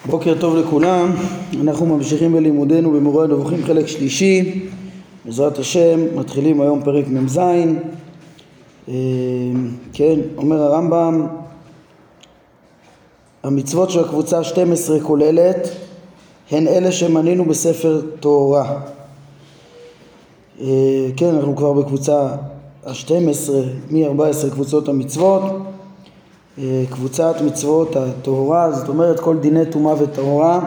בוקר טוב לכולם, אנחנו ממשיכים בלימודנו במורה הנבוכים חלק שלישי, בעזרת השם מתחילים היום פרק מ"ז. כן, אומר הרמב"ם, המצוות של הקבוצה 12 כוללת הן אלה שמנינו בספר תורה. כן, אנחנו כבר בקבוצה ה-12 מ-14 קבוצות המצוות. קבוצת מצוות התורה, זאת אומרת כל דיני טומאה וטהרה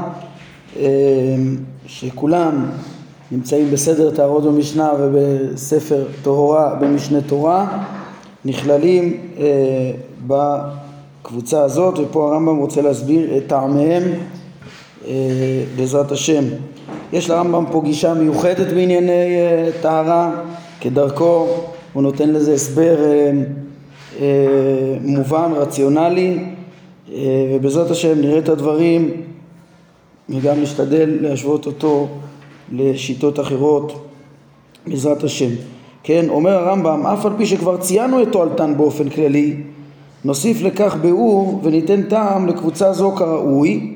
שכולם נמצאים בסדר טהרות במשנה ובספר תורה במשנה תורה, נכללים בקבוצה הזאת, ופה הרמב"ם רוצה להסביר את טעמיהם בעזרת השם. יש לרמב"ם פה גישה מיוחדת בענייני טהרה, כדרכו הוא נותן לזה הסבר מובן, רציונלי, ובעזרת השם נראה את הדברים וגם נשתדל להשוות אותו לשיטות אחרות בעזרת השם. כן, אומר הרמב"ם, אף על פי שכבר ציינו את תועלתן באופן כללי, נוסיף לכך ביאור וניתן טעם לקבוצה זו כראוי,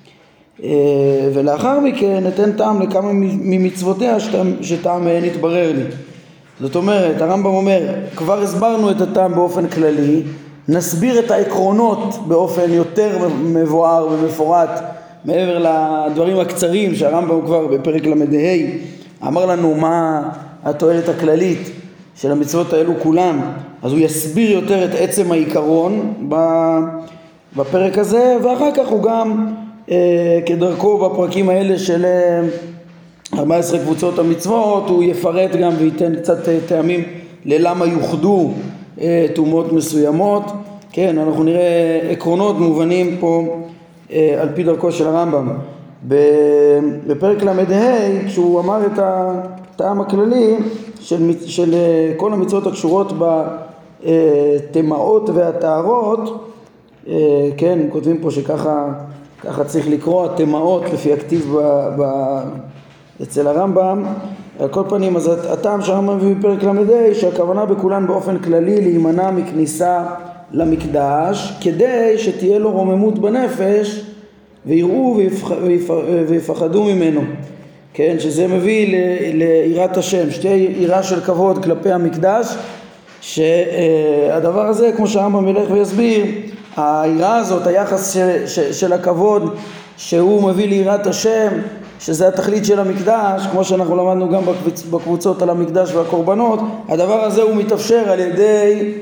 ולאחר מכן ניתן טעם לכמה ממצוותיה שטעמיהן יתברר לי. זאת אומרת, הרמב"ם אומר, כבר הסברנו את הטעם באופן כללי, נסביר את העקרונות באופן יותר מבואר ומפורט, מעבר לדברים הקצרים שהרמב"ם כבר בפרק ל"ה אמר לנו מה התועלת הכללית של המצוות האלו כולם, אז הוא יסביר יותר את עצם העיקרון בפרק הזה, ואחר כך הוא גם כדרכו בפרקים האלה של 14 קבוצות המצוות הוא יפרט גם וייתן קצת טעמים ללמה יוחדו טומאות מסוימות. כן, אנחנו נראה עקרונות מובנים פה על פי דרכו של הרמב"ם. בפרק ל"ה כשהוא אמר את הטעם הכללי של כל המצוות הקשורות בטמאות והטהרות, כן, כותבים פה שככה צריך לקרוא הטמאות לפי הכתיב אצל הרמב"ם. על כל פנים, אז הטעם שהרמב"ם מביא בפרק ל"ה שהכוונה בכולן באופן כללי להימנע מכניסה למקדש כדי שתהיה לו רוממות בנפש ויראו ויפחדו ממנו, כן, שזה מביא ליראת השם, שתהיה יראה של כבוד כלפי המקדש, שהדבר הזה כמו שהרמב"ם ילך ויסביר, היראה הזאת, היחס של הכבוד שהוא מביא ליראת השם, שזה התכלית של המקדש, כמו שאנחנו למדנו גם בקבוצות על המקדש והקורבנות, הדבר הזה הוא מתאפשר על ידי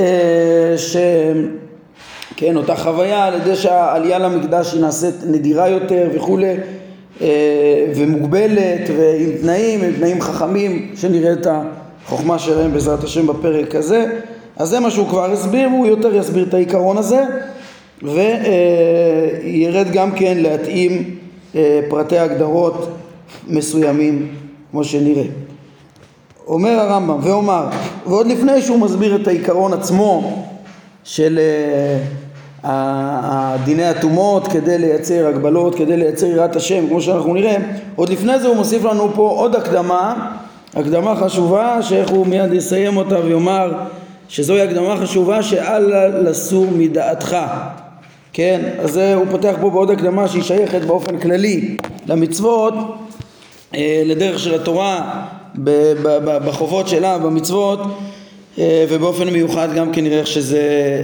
כן, אותה חוויה, על ידי שהעלייה למקדש היא נעשית נדירה יותר וכולי, ומוגבלת ועם תנאים חכמים, שנראה את החוכמה שלהם בעזרת השם בפרק הזה. אז זה מה שהוא כבר הסביר, הוא יותר יסביר את העיקרון הזה, וירד גם כן להתאים פרטי הגדרות מסוימים כמו שנראה. אומר הרמב"ם ואומר, ועוד לפני שהוא מסביר את העיקרון עצמו של דיני הטומאות כדי לייצר הגבלות, כדי לייצר יראת השם כמו שאנחנו נראה, עוד לפני זה הוא מוסיף לנו פה עוד הקדמה חשובה, שאיך הוא מיד יסיים אותה ויאמר שזוהי הקדמה חשובה שאל לסור מדעתך. כן, אז הוא פותח פה בעוד הקדמה שהיא שייכת באופן כללי למצוות, לדרך של התורה בחובות שלה במצוות, ובאופן מיוחד גם כן נראה שזה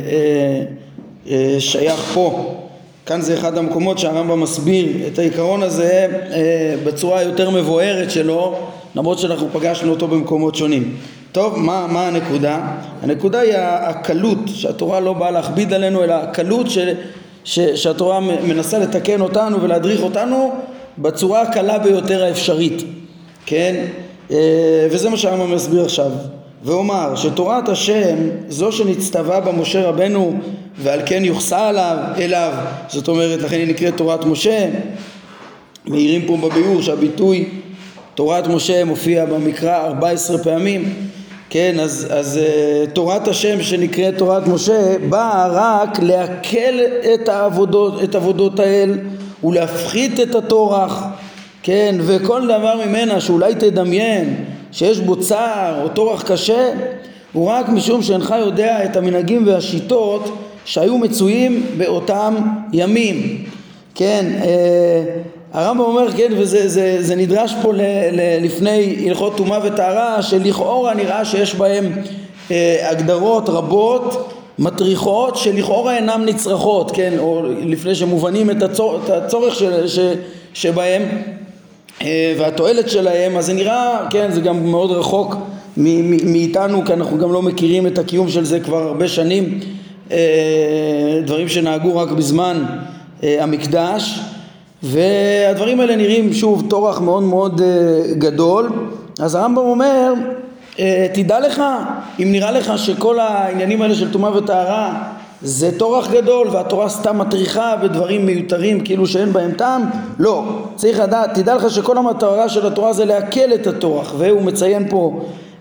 שייך פה. כאן זה אחד המקומות שהרמב"ם מסביר את העיקרון הזה בצורה יותר מבוארת שלו, למרות שאנחנו פגשנו אותו במקומות שונים. טוב, מה הנקודה? הנקודה היא הקלות, שהתורה לא באה להכביד עלינו, אלא הקלות שהתורה מנסה לתקן אותנו ולהדריך אותנו בצורה הקלה ביותר האפשרית. כן? וזה מה שהרמב"ם מסביר עכשיו. ואומר שתורת השם, זו שנצטווה במשה רבנו ועל כן יוחסה אליו, זאת אומרת, לכן היא נקראת תורת משה. מעירים פה בביאור שהביטוי תורת משה מופיע במקרא 14 פעמים. כן, אז תורת השם שנקראת תורת משה באה רק להקל את עבודות האל ולהפחית את התורח, כן, וכל דבר ממנה שאולי תדמיין שיש בו צער או תורח קשה, הוא רק משום שאינך יודע את המנהגים והשיטות שהיו מצויים באותם ימים. כן, הרמב"ם אומר, כן, וזה נדרש פה לפני הלכות טומאה וטהרה, שלכאורה נראה שיש בהם הגדרות רבות, מטריחות, שלכאורה אינם נצרכות, כן, או לפני שמובנים את הצורך שבהם והתועלת שלהם, אז זה נראה, כן, זה גם מאוד רחוק מאיתנו, כי אנחנו גם לא מכירים את הקיום של זה כבר הרבה שנים, דברים שנהגו רק בזמן המקדש, והדברים האלה נראים שוב תורח מאוד מאוד גדול. אז הרמב"ם אומר, תדע לך, אם נראה לך שכל העניינים האלה של טומאה וטהרה זה תורח גדול והתורה סתם מטריחה בדברים מיותרים כאילו שאין בהם טעם, לא, צריך לדעת, תדע לך שכל המטרה של התורה זה להקל את התורח, והוא מציין פה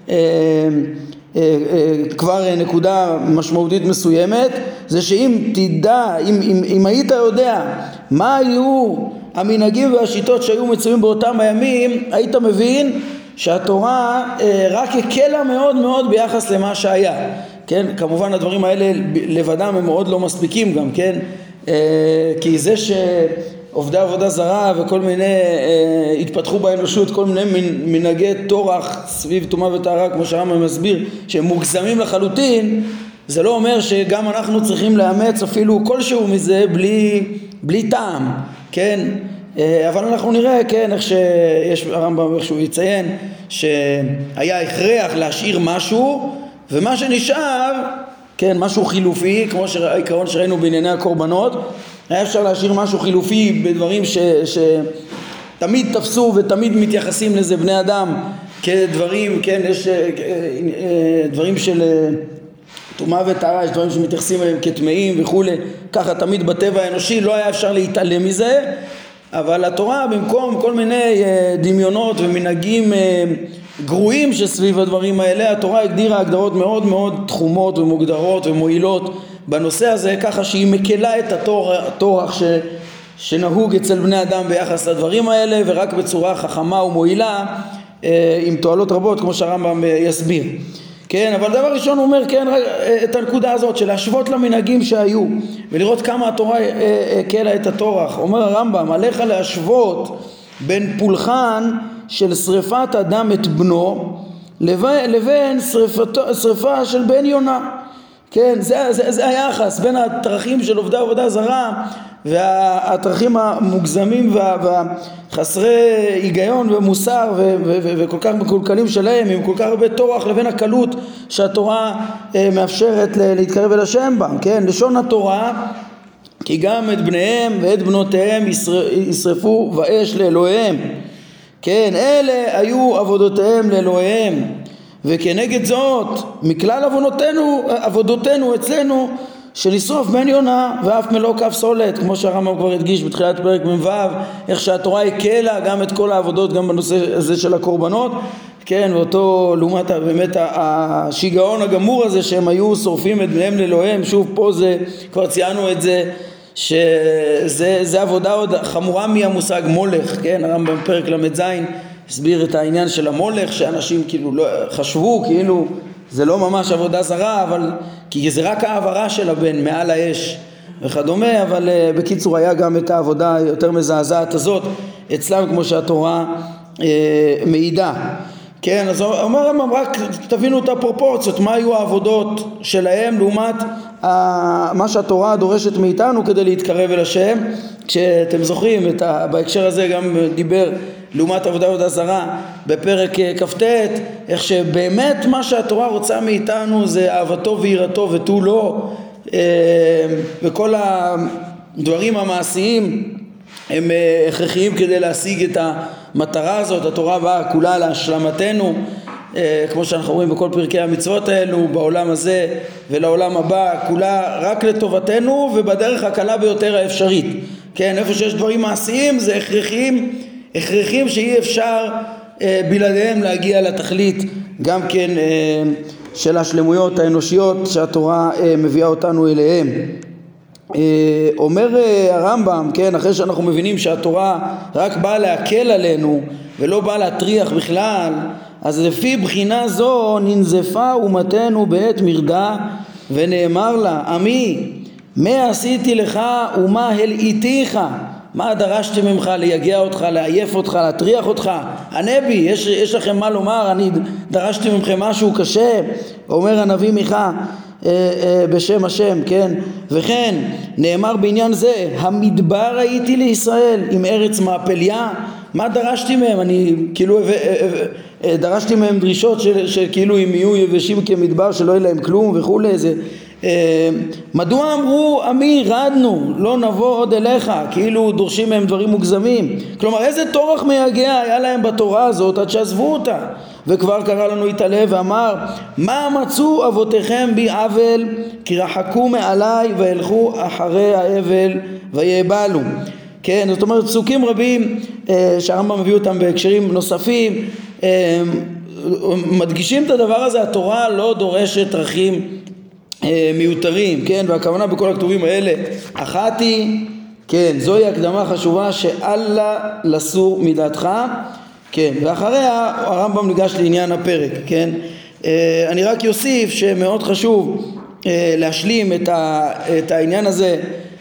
כבר נקודה משמעותית מסוימת, זה שאם תדע, אם היית יודע מה היו המנהגים והשיטות שהיו מצויים באותם הימים, היית מבין שהתורה רק הקלה מאוד מאוד ביחס למה שהיה, כן? כמובן הדברים האלה לבדם הם מאוד לא מספיקים גם, כן? כי זה שעובדי עבודה זרה וכל מיני התפתחו באנושות כל מיני מנהגי תורח סביב טומאה וטהרה, כמו שהרמב"ם מסביר, שהם מוגזמים לחלוטין, זה לא אומר שגם אנחנו צריכים לאמץ אפילו כלשהו מזה בלי טעם, כן? אבל אנחנו נראה, כן, איך שיש הרמב"ם, איך שהוא יציין שהיה הכרח להשאיר משהו, ומה שנשאר, כן, משהו חילופי, כמו העיקרון שראינו בענייני הקורבנות, היה אפשר להשאיר משהו חילופי בדברים שתמיד תפסו ותמיד מתייחסים לזה בני אדם כדברים, כן, יש דברים של טומאה וטהרה, יש דברים שמתייחסים אליהם כטמאים וכו', ככה תמיד בטבע האנושי לא היה אפשר להתעלם מזה, אבל התורה במקום כל מיני דמיונות ומנהגים גרועים שסביב הדברים האלה, התורה הגדירה הגדרות מאוד מאוד תחומות ומוגדרות ומועילות בנושא הזה, ככה שהיא מקלה את התורח שנהוג אצל בני אדם ביחס לדברים האלה, ורק בצורה חכמה ומועילה עם תועלות רבות, כמו שהרמב"ם יסביר. כן, אבל דבר ראשון הוא אומר, כן, את הנקודה הזאת של להשוות למנהגים שהיו ולראות כמה התורה הקלה את התורח. אומר הרמב"ם, עליך להשוות בין פולחן של שריפת אדם את בנו לבין שריפה של בן יונה. כן, זה היחס בין התרכים של עובדי עבודה זרה והתרכים המוגזמים והחסרי היגיון ומוסר וכל כך מקולקלים שלהם עם כל כך הרבה תורח, לבין הקלות שהתורה מאפשרת להתקרב אל השם בה. כן, לשון התורה, כי גם את בניהם ואת בנותיהם ישרפו באש לאלוהיהם. כן, אלה היו עבודותיהם לאלוהיהם, וכנגד זאת מכלל עבודותינו אצלנו שנשרוף בן יונה ואף מלוא כף סולת, כמו שהרמב"ם כבר הדגיש בתחילת פרק מ"ו, איך שהתורה הקלה גם את כל העבודות גם בנושא הזה של הקורבנות. כן, ואותו לעומת באמת השיגעון הגמור הזה שהם היו שורפים את בניהם לאלוהיהם, שוב פה זה כבר ציינו את זה שזה עבודה עוד חמורה מהמושג מולך. כן, הרמב"ם פרק ל"ז הסביר את העניין של המולך, שאנשים כאילו לא חשבו כאילו זה לא ממש עבודה זרה, אבל כי זה רק העברה של הבן מעל האש וכדומה, אבל בקיצור היה גם את העבודה יותר מזעזעת הזאת אצלם, כמו שהתורה מעידה. כן, אז אומר הרמב"ם, רק תבינו את הפרופורציות, מה היו העבודות שלהם לעומת מה שהתורה דורשת מאיתנו כדי להתקרב אל השם. כשאתם זוכרים בהקשר הזה גם דיבר לעומת עבודה זרה בפרק כ"ט, איך שבאמת מה שהתורה רוצה מאיתנו זה אהבתו ויראתו ותו לא, וכל הדברים המעשיים הם הכרחיים כדי להשיג את המטרה הזאת. התורה באה כולה להשלמתנו, כמו שאנחנו רואים בכל פרקי המצוות האלו, בעולם הזה ולעולם הבא, כולה רק לטובתנו ובדרך הקלה ביותר האפשרית. כן, איפה שיש דברים מעשיים זה הכרחים שאי אפשר בלעדיהם להגיע לתכלית גם כן של השלמויות האנושיות שהתורה מביאה אותנו אליהם. אומר הרמב"ם, כן, אחרי שאנחנו מבינים שהתורה רק באה להקל עלינו ולא באה להטריח בכלל, אז לפי בחינה זו ננזפה אומתנו בעת מרדה ונאמר לה, עמי מה עשיתי לך ומה הלעיתיך מה דרשתי ממך? ליגע אותך, לעייף אותך, להטריח אותך? הנביא, יש לכם מה לומר? אני דרשתי ממכם משהו קשה? אומר הנביא מיכה בשם השם, כן? וכן נאמר בעניין זה, המדבר הייתי לישראל עם ארץ מעפליה. מה דרשתי מהם? אני כאילו דרשתי מהם דרישות שכאילו הם יהיו יבשים כמדבר, שלא יהיה להם כלום וכו'. מדוע אמרו עמי רדנו לא נבוא עוד אליך? כאילו דורשים מהם דברים מוגזמים. כלומר איזה תורך מייגע היה להם בתורה הזאת עד שעזבו אותה? וכבר קרא לנו התעלה ואמר, מה מצאו אבותיכם בי עוול כי רחקו מעלי והלכו אחרי האבל ויאבלו. כן, זאת אומרת פסוקים רבים שהרמב"ם מביא אותם בהקשרים נוספים מדגישים את הדבר הזה. התורה לא דורשת דרכים מיותרים, כן, והכוונה בכל הכתובים האלה אחת היא, כן, זוהי הקדמה חשובה שאלה לסור מדעתך, כן, ואחריה הרמב"ם ניגש לעניין הפרק, כן. אני רק יוסיף שמאוד חשוב להשלים את העניין הזה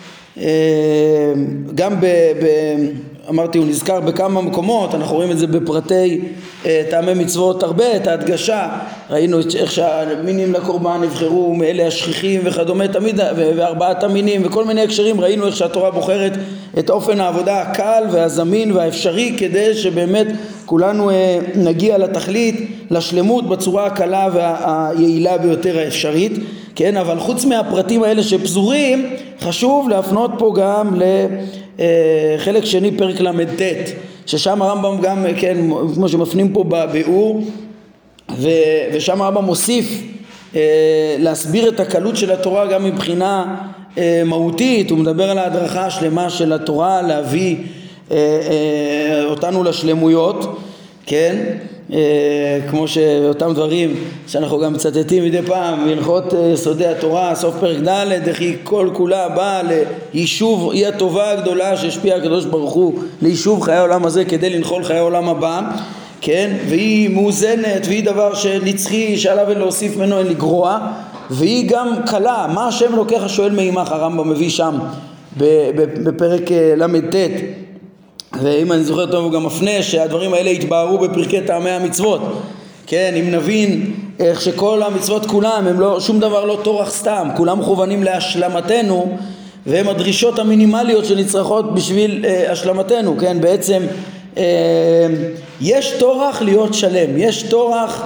גם אמרתי, הוא נזכר בכמה מקומות, אנחנו רואים את זה בפרטי טעמי מצוות הרבה, את ההדגשה, ראינו איך שהמינים לקורבן נבחרו מאלה השכיחים וכדומה תמיד, וארבעת המינים וכל מיני הקשרים, ראינו איך שהתורה בוחרת את אופן העבודה הקל והזמין והאפשרי כדי שבאמת כולנו נגיע לתכלית, לשלמות בצורה הקלה והיעילה ביותר האפשרית, כן, אבל חוץ מהפרטים האלה שפזורים, חשוב להפנות פה גם לחלק שני פרק למ"ט, ששם הרמב"ם גם, כן, כמו שמפנים פה בביאור, ושם הרמב"ם מוסיף להסביר את הקלות של התורה גם מבחינה מהותית. הוא מדבר על ההדרכה השלמה של התורה להביא אותנו לשלמויות, כן, כמו שאותם דברים שאנחנו גם מצטטים מדי פעם בהלכות סודי התורה, סוף פרק ד', איך היא כל כולה באה ליישוב, היא הטובה הגדולה שהשפיע הקדוש ברוך הוא ליישוב חיי העולם הזה כדי לנחול חיי העולם הבא, כן, והיא מאוזנת והיא דבר שנצחי שעליו אין להוסיף ממנו אין לגרוע, והיא גם קלה. מה השם לוקח השואל מעמך, הרמב"ם מביא שם בפרק למ"ט, ואם אני זוכר טוב הוא גם מפנה שהדברים האלה התבהרו בפרקי טעמי המצוות, כן, אם נבין איך שכל המצוות כולם הם לא, שום דבר לא תורח סתם, כולם מכוונים להשלמתנו, והם הדרישות המינימליות שנצרכות בשביל השלמתנו, כן, בעצם יש תורח להיות שלם, יש תורח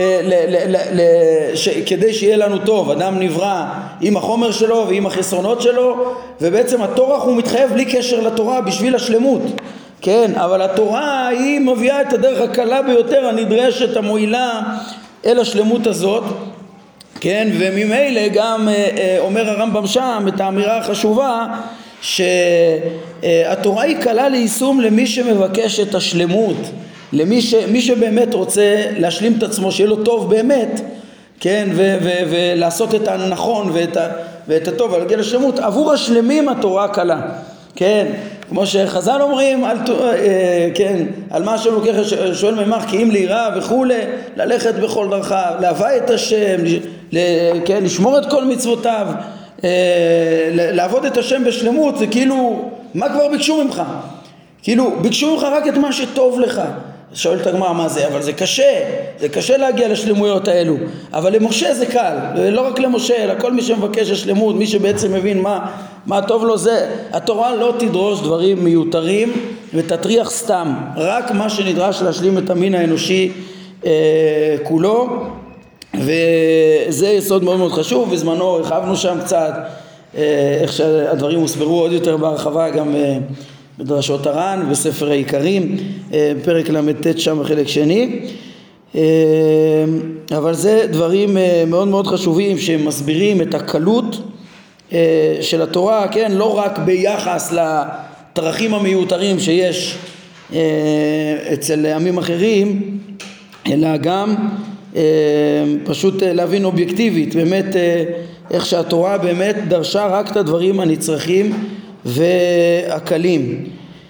כדי שיהיה לנו טוב. אדם נברא עם החומר שלו ועם החסרונות שלו, ובעצם התורח הוא מתחייב בלי קשר לתורה בשביל השלמות, כן, אבל התורה היא מביאה את הדרך הקלה ביותר הנדרשת המועילה אל השלמות הזאת, כן, וממילא גם אומר הרמב"ם שם את האמירה החשובה שהתורה היא קלה ליישום למי שמבקש את השלמות, למי שבאמת רוצה להשלים את עצמו, שיהיה לו טוב באמת, כן, ולעשות את הנכון ואת הטוב ולהגיע לשלמות. עבור השלמים התורה קלה, כן, כמו שחז"ל אומרים כן, על מה השם לוקח שואל ממך כי אם ליראה וכולי, ללכת בכל דרכיו, להביא את השם, כן, לשמור את כל מצוותיו, לעבוד את השם בשלמות. זה כאילו, מה כבר ביקשו ממך? כאילו ביקשו ממך רק את מה שטוב לך. שואלת הגמרא מה זה, אבל זה קשה להגיע לשלמויות האלו, אבל למשה זה קל, לא רק למשה אלא כל מי שמבקש השלמות, מי שבעצם מבין מה טוב לו. זה התורה לא תדרוש דברים מיותרים ותטריח סתם, רק מה שנדרש להשלים את המין האנושי כולו, וזה יסוד מאוד מאוד חשוב. בזמנו הרחבנו שם קצת איך שהדברים הוסברו עוד יותר בהרחבה גם בדרשות הר"ן בספר העיקרים פרק למ"ט שם בחלק שני, אבל זה דברים מאוד מאוד חשובים שמסבירים את הקלות של התורה, כן, לא רק ביחס לטרחים המיותרים שיש אצל עמים אחרים, אלא גם פשוט להבין אובייקטיבית באמת איך שהתורה באמת דרשה רק את הדברים הנצרכים והקלים.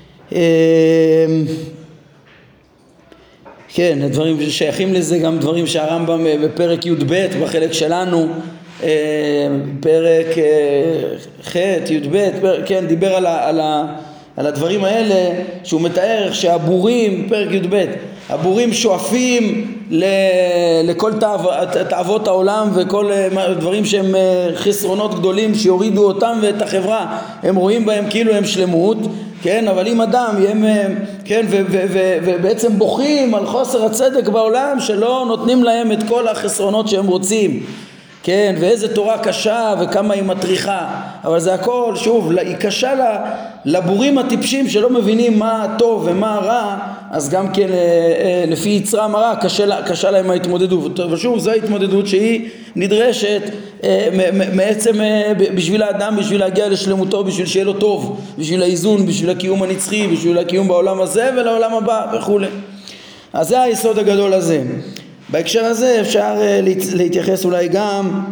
כן, הדברים ששייכים לזה גם דברים שהרמב"ם בפרק י"ב בחלק שלנו, פרק ח' י"ב, כן, דיבר על הדברים האלה, שהוא מתאר שהבורים, פרק י"ב, הבורים שואפים לכל תאוות העולם וכל דברים שהם חסרונות גדולים שיורידו אותם ואת החברה, הם רואים בהם כאילו הם שלמות, כן, אבל אם אדם כן, ובעצם בוכים על חוסר הצדק בעולם שלא נותנים להם את כל החסרונות שהם רוצים, כן, ואיזה תורה קשה וכמה היא מטריחה, אבל זה הכל, שוב, היא קשה לבורים הטיפשים שלא מבינים מה הטוב ומה הרע, אז גם כן לפי יצרם הרע קשה להם ההתמודדות. ושוב, זו ההתמודדות שהיא נדרשת בעצם בשביל האדם, בשביל להגיע לשלמותו, בשביל שיהיה לו טוב, בשביל האיזון, בשביל הקיום הנצחי, בשביל הקיום בעולם הזה ולעולם הבא וכו'. אז זה היסוד הגדול הזה. בהקשר הזה אפשר להתייחס אולי גם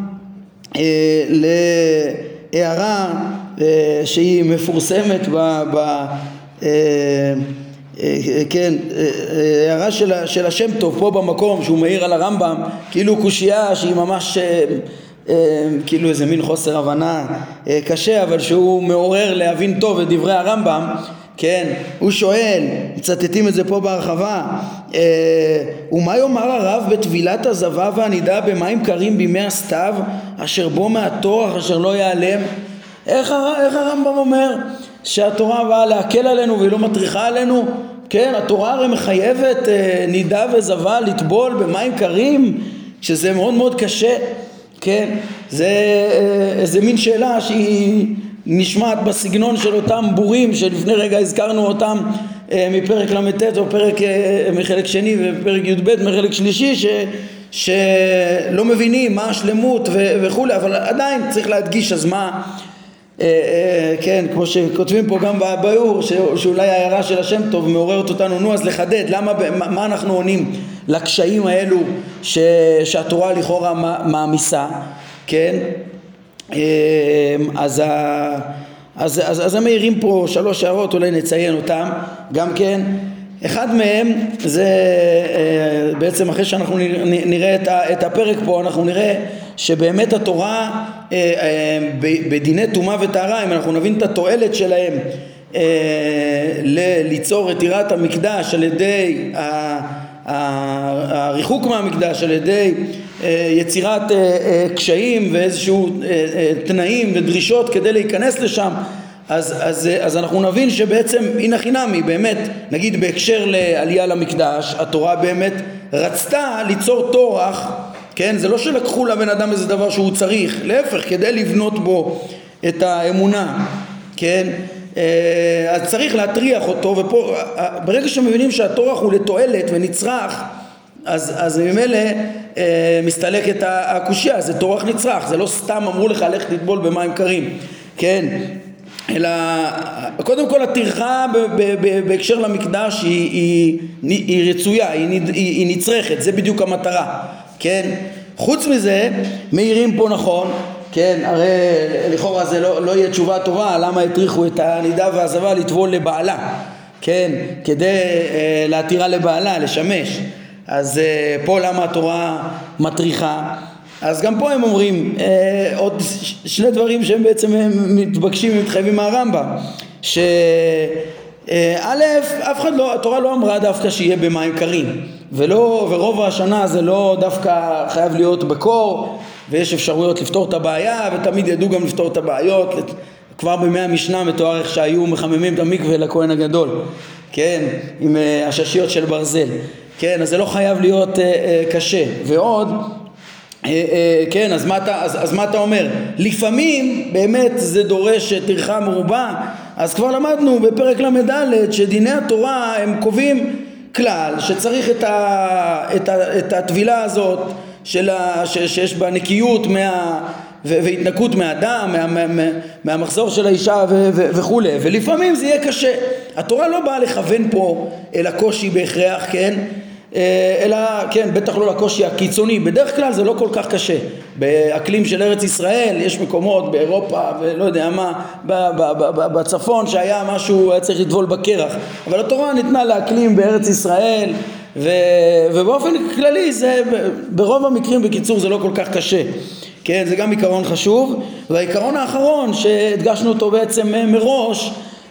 להערה שהיא מפורסמת כן, הערה של השם טוב פה במקום שהוא מעיר על הרמב"ם, כאילו קושייה שהיא ממש כאילו איזה מין חוסר הבנה קשה, אבל שהוא מעורר להבין טוב את דברי הרמב"ם. כן, הוא שואל, מצטטים את זה פה בהרחבה, ומה יאמר הרב בטבילת הזבה והנידה במים קרים בימי הסתיו אשר בו מהטורח אשר לא ייעלם? איך הרמב"ם אומר שהתורה באה להקל עלינו והיא לא מטריחה עלינו? כן, התורה הרי מחייבת נידה וזבה לטבול במים קרים, שזה מאוד מאוד קשה. כן, זה מין שאלה שהיא נשמעת בסגנון של אותם בורים שלפני רגע הזכרנו אותם מפרק למ"ט או פרק מחלק שני ופרק י"ב מחלק שלישי, שלא מבינים מה השלמות וכו', אבל עדיין צריך להדגיש. אז מה, כן, כמו שכותבים פה גם בביאור, שאולי ההערה של השם טוב מעוררת אותנו, נו אז לחדד מה אנחנו עונים לקשיים האלו שהתורה לכאורה מעמיסה, כן? אז הם מעירים פה 3 הערות, אולי נציין אותם גם כן. אחד מהם זה בעצם אחרי שאנחנו נראה את הפרק פה, אנחנו נראה שבאמת התורה בדיני טומאה וטהרה, אם אנחנו נבין את התועלת שלהם ליצור את יראת המקדש על ידי הריחוק מהמקדש, על ידי יצירת קשיים ואיזשהו תנאים ודרישות כדי להיכנס לשם, אז אנחנו נבין שבעצם הנה חינמי, באמת נגיד בהקשר לעלייה למקדש, התורה באמת רצתה ליצור תורח, כן? זה לא שלקחו לבן אדם איזה דבר שהוא צריך, להפך, כדי לבנות בו את האמונה, כן? אז צריך להטריח אותו, ופה ברגע שמבינים שהתורח הוא לתועלת ונצרך, אז ממילא מסתלקת הקושיה, זה תורח נצרך, זה לא סתם אמרו לך לך תטבול במים קרים, כן? אלא קודם כל הטרחה בהקשר למקדש היא רצויה, היא נצרכת, זה בדיוק המטרה, כן? חוץ מזה מעירים פה, נכון, כן, הרי לכאורה זה לא יהיה תשובה טובה למה הטריחו את הנידה והעזבה לטבול לבעלה, כן, כדי להתירה לבעלה, לשמש. אז פה למה התורה מטריחה? אז גם פה הם אומרים עוד 2 דברים שהם בעצם מתבקשים ומתחייבים מהרמב"ם, שא' אף אחד לא, התורה לא אמרה דווקא שיהיה במים קרים, ורוב השנה זה לא דווקא חייב להיות בקור, ויש אפשרויות לפתור את הבעיה, ותמיד ידעו גם לפתור את הבעיות. כבר בימי המשנה מתואר איך שהיו מחממים את המקווה לכהן הגדול, כן, עם הששיות של ברזל, כן, אז זה לא חייב להיות קשה. ועוד כן, אז מה אתה אומר? לפעמים באמת זה דורש טרחה מרובה. אז כבר למדנו בפרק למ"ד שדיני התורה הם קובעים כלל שצריך את הטבילה הזאת שיש בה נקיות והתנקות מהדם, מהמחזור של האישה וכו', ולפעמים זה יהיה קשה. התורה לא באה לכוון פה אל הקושי בהכרח, כן? אלא, כן, בטח לא לקושי הקיצוני. בדרך כלל זה לא כל כך קשה. באקלים של ארץ ישראל יש מקומות באירופה ולא יודע מה, בצפון שהיה משהו, היה צריך לטבול בקרח, אבל התורה ניתנה לאקלים בארץ ישראל, ובאופן כללי זה ברוב המקרים, בקיצור, זה לא כל כך קשה, כן? זה גם עיקרון חשוב. והעיקרון האחרון שהדגשנו אותו בעצם מראש,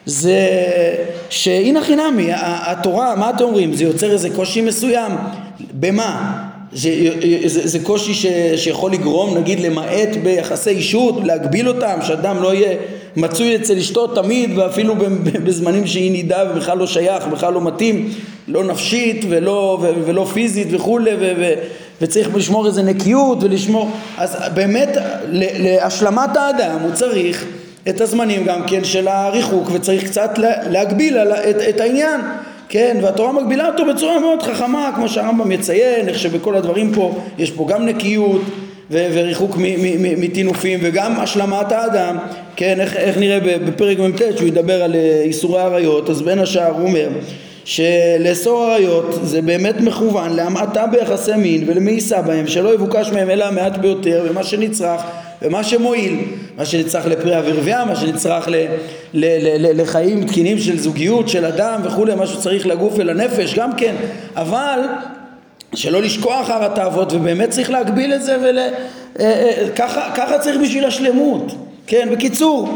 זה שהנה חינמי, התורה, מה אתם אומרים? זה יוצר איזה קושי מסוים? במה? זה קושי שיכול לגרום, נגיד, למעט ביחסי אישות, להגביל אותם, שאדם לא יהיה מצוי אצל אשתו תמיד, ואפילו בזמנים שהיא נידה ובכלל לא שייך, בכלל לא מתאים, לא נפשית ולא פיזית וכו', וצריך לשמור איזה נקיות ולשמור. אז באמת להשלמת האדם הוא צריך את הזמנים גם כן של הריחוק, וצריך קצת להגביל את העניין, כן, והתורה מגבילה אותו בצורה מאוד חכמה, כמו שהרמב"ם מציין, איך שבכל הדברים פה יש פה גם נקיות וריחוק מתינופים וגם השלמת האדם, כן, איך נראה בפרק מ"ט שהוא ידבר על איסורי עריות. אז בין השאר הוא אומר שלאסור עריות זה באמת מכוון להמעטה ביחסי מין ולמאיסה בהם, שלא יבוקש מהם אלא מעט ביותר, ומה שנצרך ומה שמועיל, מה שנצרך לפריאה ורבייה, מה שנצרך לחיים תקינים של זוגיות של אדם וכו', מה שצריך לגוף ולנפש גם כן, אבל שלא לשכוח אחר התאוות, ובאמת צריך להגביל את זה, ככה צריך בשביל השלמות. כן, בקיצור,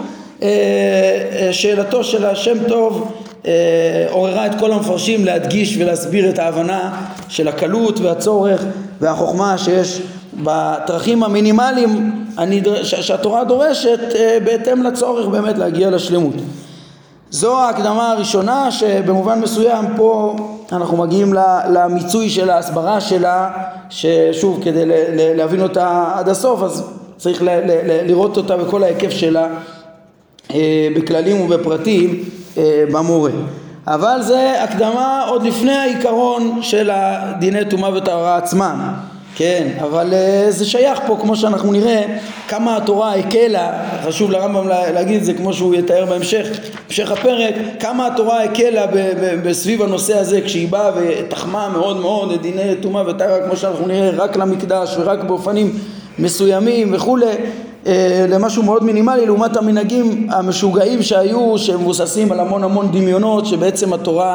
שאלתו של השם טוב עוררה את כל המפרשים להדגיש ולהסביר את ההבנה של הקלות והצורך והחוכמה שיש בתרכים המינימליים שהתורה דורשת בהתאם לצורך באמת להגיע לשלמות. זו ההקדמה הראשונה, שבמובן מסוים פה אנחנו מגיעים למיצוי של ההסברה שלה, ששוב כדי להבין אותה עד הסוף אז צריך לראות אותה בכל ההיקף שלה בכללים ובפרטים במורה. אבל זה הקדמה עוד לפני העיקרון של הדיני טומאה וטהרה עצמם, כן, אבל זה שייך פה, כמו שאנחנו נראה, כמה התורה הקלה, חשוב לרמב"ם להגיד את זה כמו שהוא יתאר בהמשך הפרק, כמה התורה הקלה בסביב הנושא הזה, כשהיא באה ותחמה מאוד מאוד את דיני טומאה וטהרה, כמו שאנחנו נראה, רק למקדש ורק באופנים מסוימים וכו', למשהו מאוד מינימלי לעומת המנהגים המשוגעים שהיו, שמבוססים על המון דמיונות, שבעצם התורה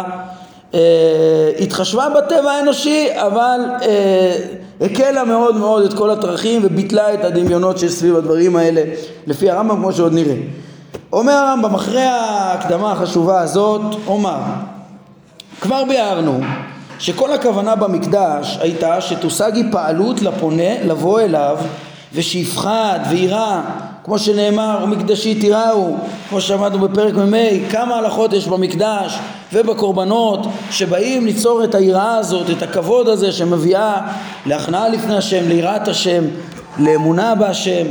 התחשבה בטבע האנושי, אבל הקלה מאוד מאוד את כל התרכים וביטלה את הדמיונות שסביב הדברים האלה, לפי הרמב"ם, כמו שעוד נראה. אומר הרמב"ם אחרי ההקדמה החשובה הזאת, אומר, כבר ביארנו שכל הכוונה במקדש הייתה שתושג פעלות לפונה לבוא אליו ושיפחד ויראה, כמו שנאמר ומקדשי תיראו, כמו שמענו בפרק מ"ה, כמה הלכות יש במקדש ובקורבנות שבאים ליצור את היראה הזאת, את הכבוד הזה שמביאה להכנעה לפני השם, ליראת השם, לאמונה בהשם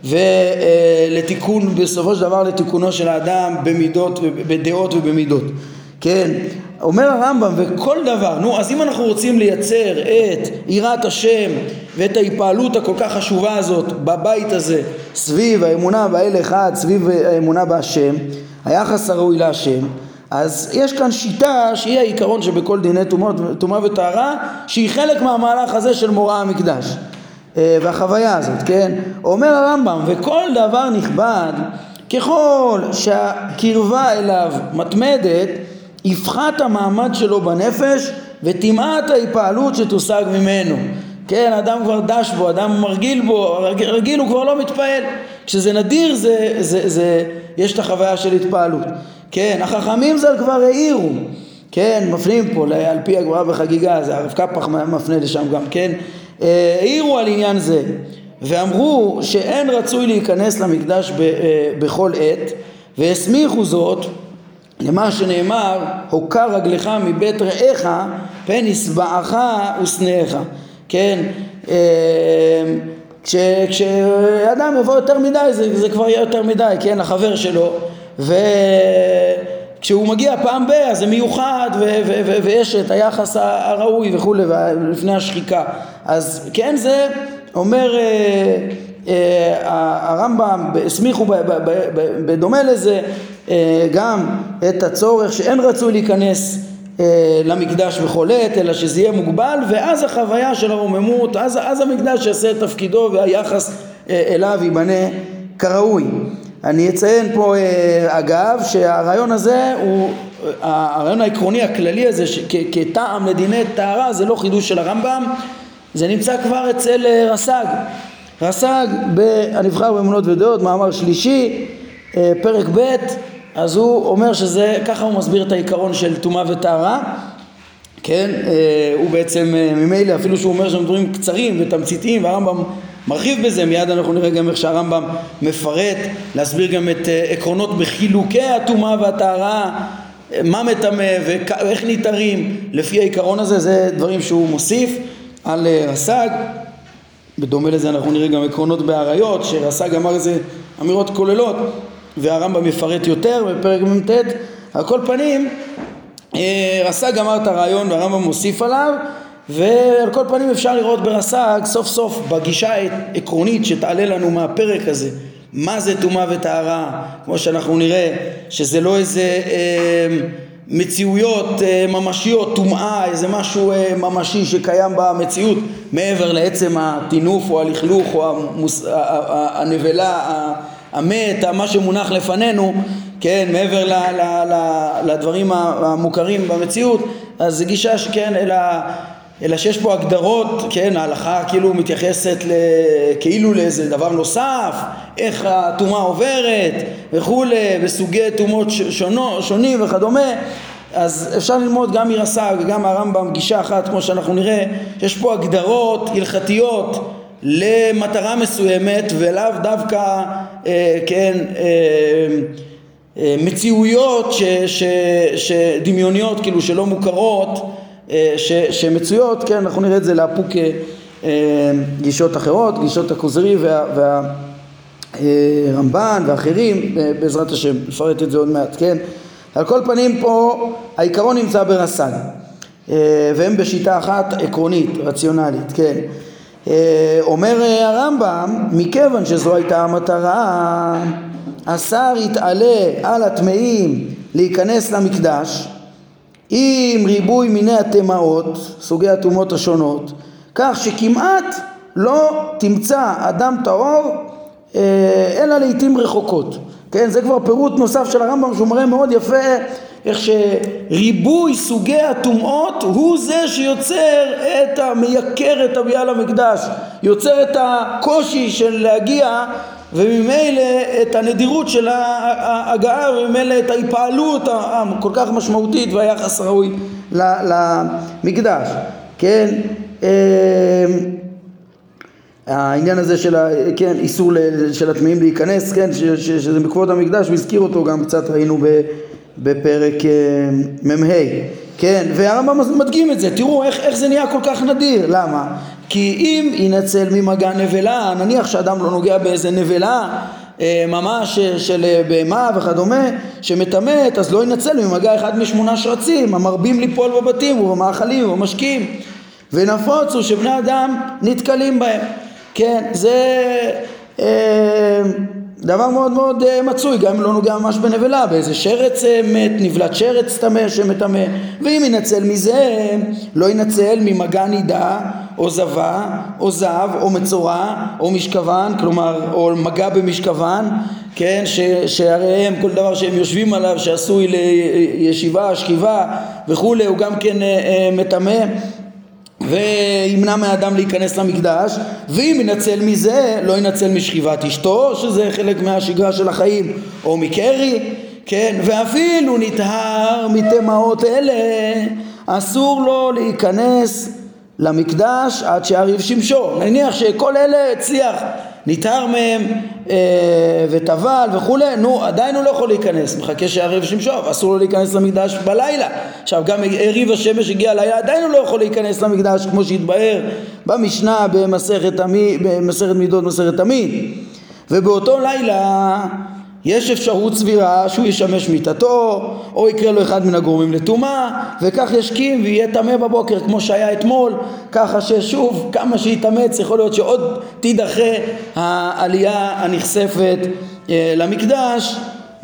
ולתיקון, בסופו של דבר לתיקונו של האדם במידות ובדעות ובמידות. כן, אומר הרמב"ם, וכל דבר, אז אם אנחנו רוצים לייצר את יראת השם ואת ההתפעלות הכל כך חשובה הזאת בבית הזה, סביב האמונה באל אחד, סביב האמונה בהשם, היחס הראוי להשם, אז יש כאן שיטה שהיא העיקרון שבכל דיני טומאה וטהרה, שהיא חלק מהמהלך הזה של מורא המקדש והחוויה הזאת, כן? אומר הרמב"ם, וכל דבר נכבד ככל שהקרבה אליו מתמדת, יפחת המעמד שלו בנפש ותמעט ההתפעלות שתושג ממנו. כן, אדם כבר דש בו, אדם מרגיל בו, רגיל הוא כבר לא מתפעל. כשזה נדיר יש את החוויה של התפעלות. כן, החכמים ז"ל כבר העירו, כן, מפנים פה על פי הגמרא בחגיגה, זה הרב קפח מפנה לשם גם, כן, העירו על עניין זה ואמרו שאין רצוי להיכנס למקדש בכל עת, והסמיכו זאת למה שנאמר, הוקע רגלך מבית רעך פן ישבעך ושנאך. כן, כשאדם יבוא יותר מדי זה כבר יהיה יותר מדי, כן, לחבר שלו, וכשהוא מגיע פעם אז זה מיוחד ויש את היחס הראוי וכו' לפני השחיקה. אז כן, זה אומר הרמב"ם, הסמיכו בדומה לזה גם את הצורך שאין רצוי להיכנס למקדש בכל עת, אלא שזה יהיה מוגבל, ואז החוויה של הרוממות, אז המקדש יעשה את תפקידו והיחס אליו ייבנה כראוי. אני אציין פה אגב שהרעיון הזה הוא הרעיון העקרוני הכללי הזה כטעם לדיני טהרה, זה לא חידוש של הרמב"ם, זה נמצא כבר אצל רס"ג בנבחר באמונות ודעות, מאמר שלישי, פרק ב', אז הוא אומר שזה, ככה הוא מסביר את העיקרון של טומאה וטהרה, כן, הוא בעצם ממילא, אפילו שהוא אומר שהם דברים קצרים ותמציתיים, והרמב"ם מרחיב בזה, מיד אנחנו נראה גם איך שהרמב"ם מפרט, להסביר גם את עקרונות בחילוקי הטומאה והטהרה, מה מטמא ואיך ניתרים לפי העיקרון הזה, זה דברים שהוא מוסיף על רס"ג. בדומה לזה אנחנו נראה גם עקרונות בעריות, שרס"ג אמר איזה אמירות כוללות, והרמב"ם יפרט יותר בפרק מ"ט. על כל פנים, רס"ג אמר את הרעיון והרמב"ם מוסיף עליו, ועל כל פנים אפשר לראות ברס"ג סוף סוף בגישה העקרונית שתעלה לנו מהפרק הזה, מה זה טומאה וטהרה, כמו שאנחנו נראה שזה לא איזה מציאויות ממשיות, טומאה, איזה משהו ממשי שקיים במציאות מעבר לעצם הטינוף או הלכלוך או הנבלה, המת, מה שמונח לפנינו, כן, מעבר לדברים המוכרים במציאות. אז זה גישה שכן, אלא שיש פה הגדרות, כן, ההלכה כאילו מתייחסת כאילו לאיזה דבר נוסף, איך הטומאה עוברת וכו', בסוגי טומאות שונים וכדומה. אז אפשר ללמוד גם מרס"ג וגם מהרמב"ם גישה אחת, כמו שאנחנו נראה, יש פה הגדרות הלכתיות למטרה מסוימת, ולאו דווקא כן מציאויות שדמיוניות, כאילו שלא מוכרות, שמצויות, כן, אנחנו נראה את זה להפוק גישות אחרות, גישות הכוזרי והרמב"ן ואחרים, בעזרת השם נפרט את זה עוד מעט, כן. על כל פנים פה העיקרון נמצא ברס"ג, והם בשיטה אחת עקרונית, רציונלית, כן. אומר הרמב"ם, מכיוון שזו הייתה המטרה, השר יתעלה על הטמאים להיכנס למקדש עם ריבוי מיני הטמאות, סוגי הטומאות השונות, כך שכמעט לא תמצא אדם טהור אלא לעתים רחוקות. כן, זה כבר פירוט נוסף של הרמב"ם שהוא מראה מאוד יפה איך שריבוי סוגי הטומאות הוא זה שיוצר מייקר את הביאה למקדש, יוצר את הקושי של להגיע, וממילא את הנדירות של ההגעה, וממילא את ההיפעלות הכל כך משמעותית והיחס ראוי למקדש. כן, העניין הזה של כן, איסור של הטמאים להיכנס, כן, שזה בכבוד המקדש, והזכיר אותו גם קצת, ראינו בפרק מ"ה. כן, והרמב"ם מדגים את זה, תראו איך זה נהיה כל כך נדיר. למה? כי אם ינצל ממגע נבלה, נניח שאדם לא נוגע באיזה נבלה ממש של בהמה וכדומה שמתמת, אז לא ינצל ממגע אחד מ8 שרצים המרבים ליפול בבתים ובמאכלים ובמשקים, ונפוצו שבני אדם נתקלים בהם. כן, זה דבר מאוד מאוד מצוי, גם אם לא נוגע ממש בנבלה, באיזה שרץ מת, נבלת שרץ טמא שמטמא. ואם ינצל מזה, לא ינצל ממגע נידה או זבה או זב או מצורע או משכבן, כלומר או מגע במשכבן, כן, שהרי הם כל דבר שהם יושבים עליו שעשוי לישיבה, שכיבה וכולי, הוא גם כן מטמא וימנע מהאדם להיכנס למקדש. ואם ינצל מזה, לא ינצל משכיבת אשתו, שזה חלק מהשגרה של החיים, או מקרי, כן, ואפילו נטהר מטמאות אלה, אסור לו להיכנס למקדש עד שיריב שמשו. נניח שכל אלה הצליח, נטהר מהם וטבל וכולי, עדיין הוא לא יכול להיכנס, מחכה שיריב שמשו, אסור לו להיכנס למקדש בלילה. עכשיו גם עריב השמש הגיע לילה, עדיין הוא לא יכול להיכנס למקדש, כמו שהתבאר במשנה במסכת מידות, מסכת תמיד. ובאותו לילה יש אפשרות סבירה שהוא ישמש מיטתו, או יקרה לו אחד מן הגורמים לטומאה, וכך ישכים ויהיה טמא בבוקר כמו שהיה אתמול, ככה ששוב כמה שיתאמץ יכול להיות שעוד תידחה העלייה הנחשפת למקדש.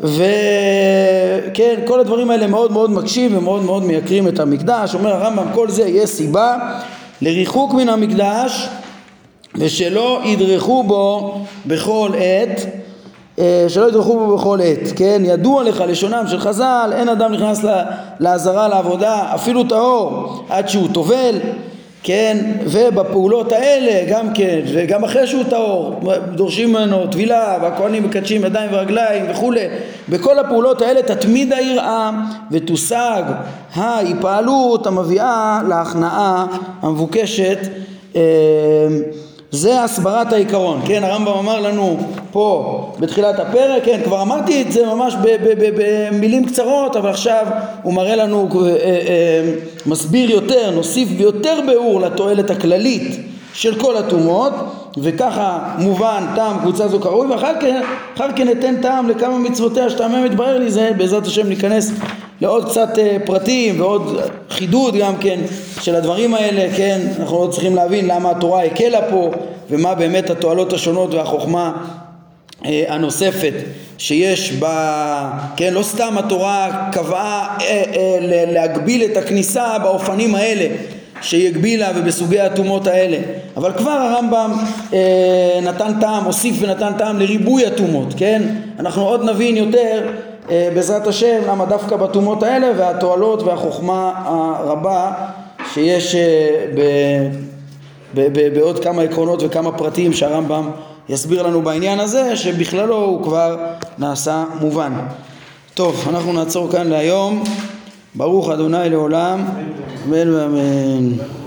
וכן, כל הדברים האלה מאוד מאוד מקשים ומאוד מאוד מייקרים את המקדש. אומר הרמב"ם, כל זה יהיה סיבה לריחוק מן המקדש ושלא ידרכו בו בכל עת, שלא ידרכו בו בכל עת. כן, ידוע לך לשונם של חז"ל, אין אדם נכנס לעזרה לעבודה אפילו טהור עד שהוא טובל. כן, ובפעולות האלה גם כן, וגם אחרי שהוא טהור, דורשים ממנו טבילה, והכהנים מקדשים ידיים ורגליים וכו'. בכל הפעולות האלה תתמיד היראה ותושג ההיפעלות המביאה להכנעה המבוקשת. זה הסברת העיקרון, כן, הרמב"ם אמר לנו פה בתחילת הפרק, כן, כבר אמרתי את זה ממש במילים קצרות, אבל עכשיו הוא מראה לנו, מסביר יותר, נוסיף ביותר ביאור לתועלת הכללית של כל הטומאות, וככה מובן טעם קבוצה זו קרוי, ואחר כן ניתן טעם לכמה מצוותיה שטעמם מתברר לי. זה בעזרת השם ניכנס לעוד קצת פרטים ועוד חידוד גם כן של הדברים האלה, כן, אנחנו לא צריכים להבין למה התורה הקלה פה ומה באמת התועלות השונות והחוכמה הנוספת שיש בה, כן, לא סתם התורה קבעה להגביל את הכניסה באופנים האלה שהיא הגבילה ובסוגי הטומאות האלה, אבל כבר הרמב"ם נתן טעם, הוסיף ונתן טעם לריבוי הטומאות, כן, אנחנו עוד נבין יותר בעזרת השם למה דווקא בטומאות האלה והתועלות והחוכמה הרבה שיש בעוד כמה עקרונות וכמה פרטים שהרמב"ם יסביר לנו בעניין הזה, שבכללו הוא כבר נעשה מובן. טוב, אנחנו נעצור כאן להיום. ברוך ה' לעולם, אמן ואמן.